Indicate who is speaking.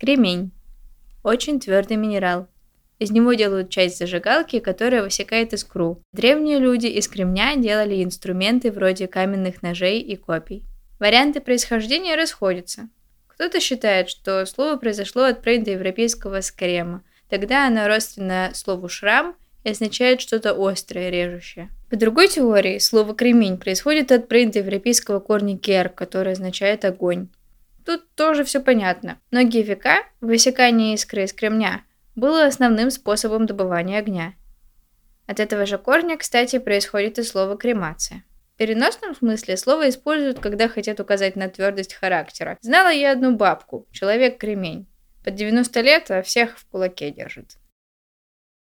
Speaker 1: Кремень. Очень твердый минерал. Из него делают часть зажигалки, которая высекает искру. Древние люди из кремня делали инструменты вроде каменных ножей и копий. Варианты происхождения расходятся. Кто-то считает, что слово произошло от проиндоевропейского скрема. Тогда оно родственно слову «шрам» и означает что-то острое, режущее. По другой теории, слово «кремень» происходит от проиндоевропейского корня «кер», который означает «огонь». Тут тоже все понятно. Многие века высекание искры из кремня было основным способом добывания огня. От этого же корня, кстати, происходит и слово «кремация». В переносном смысле слово используют, когда хотят указать на твердость характера. Знала я одну бабку, человек-кремень. Под 90 лет, а всех в кулаке держит.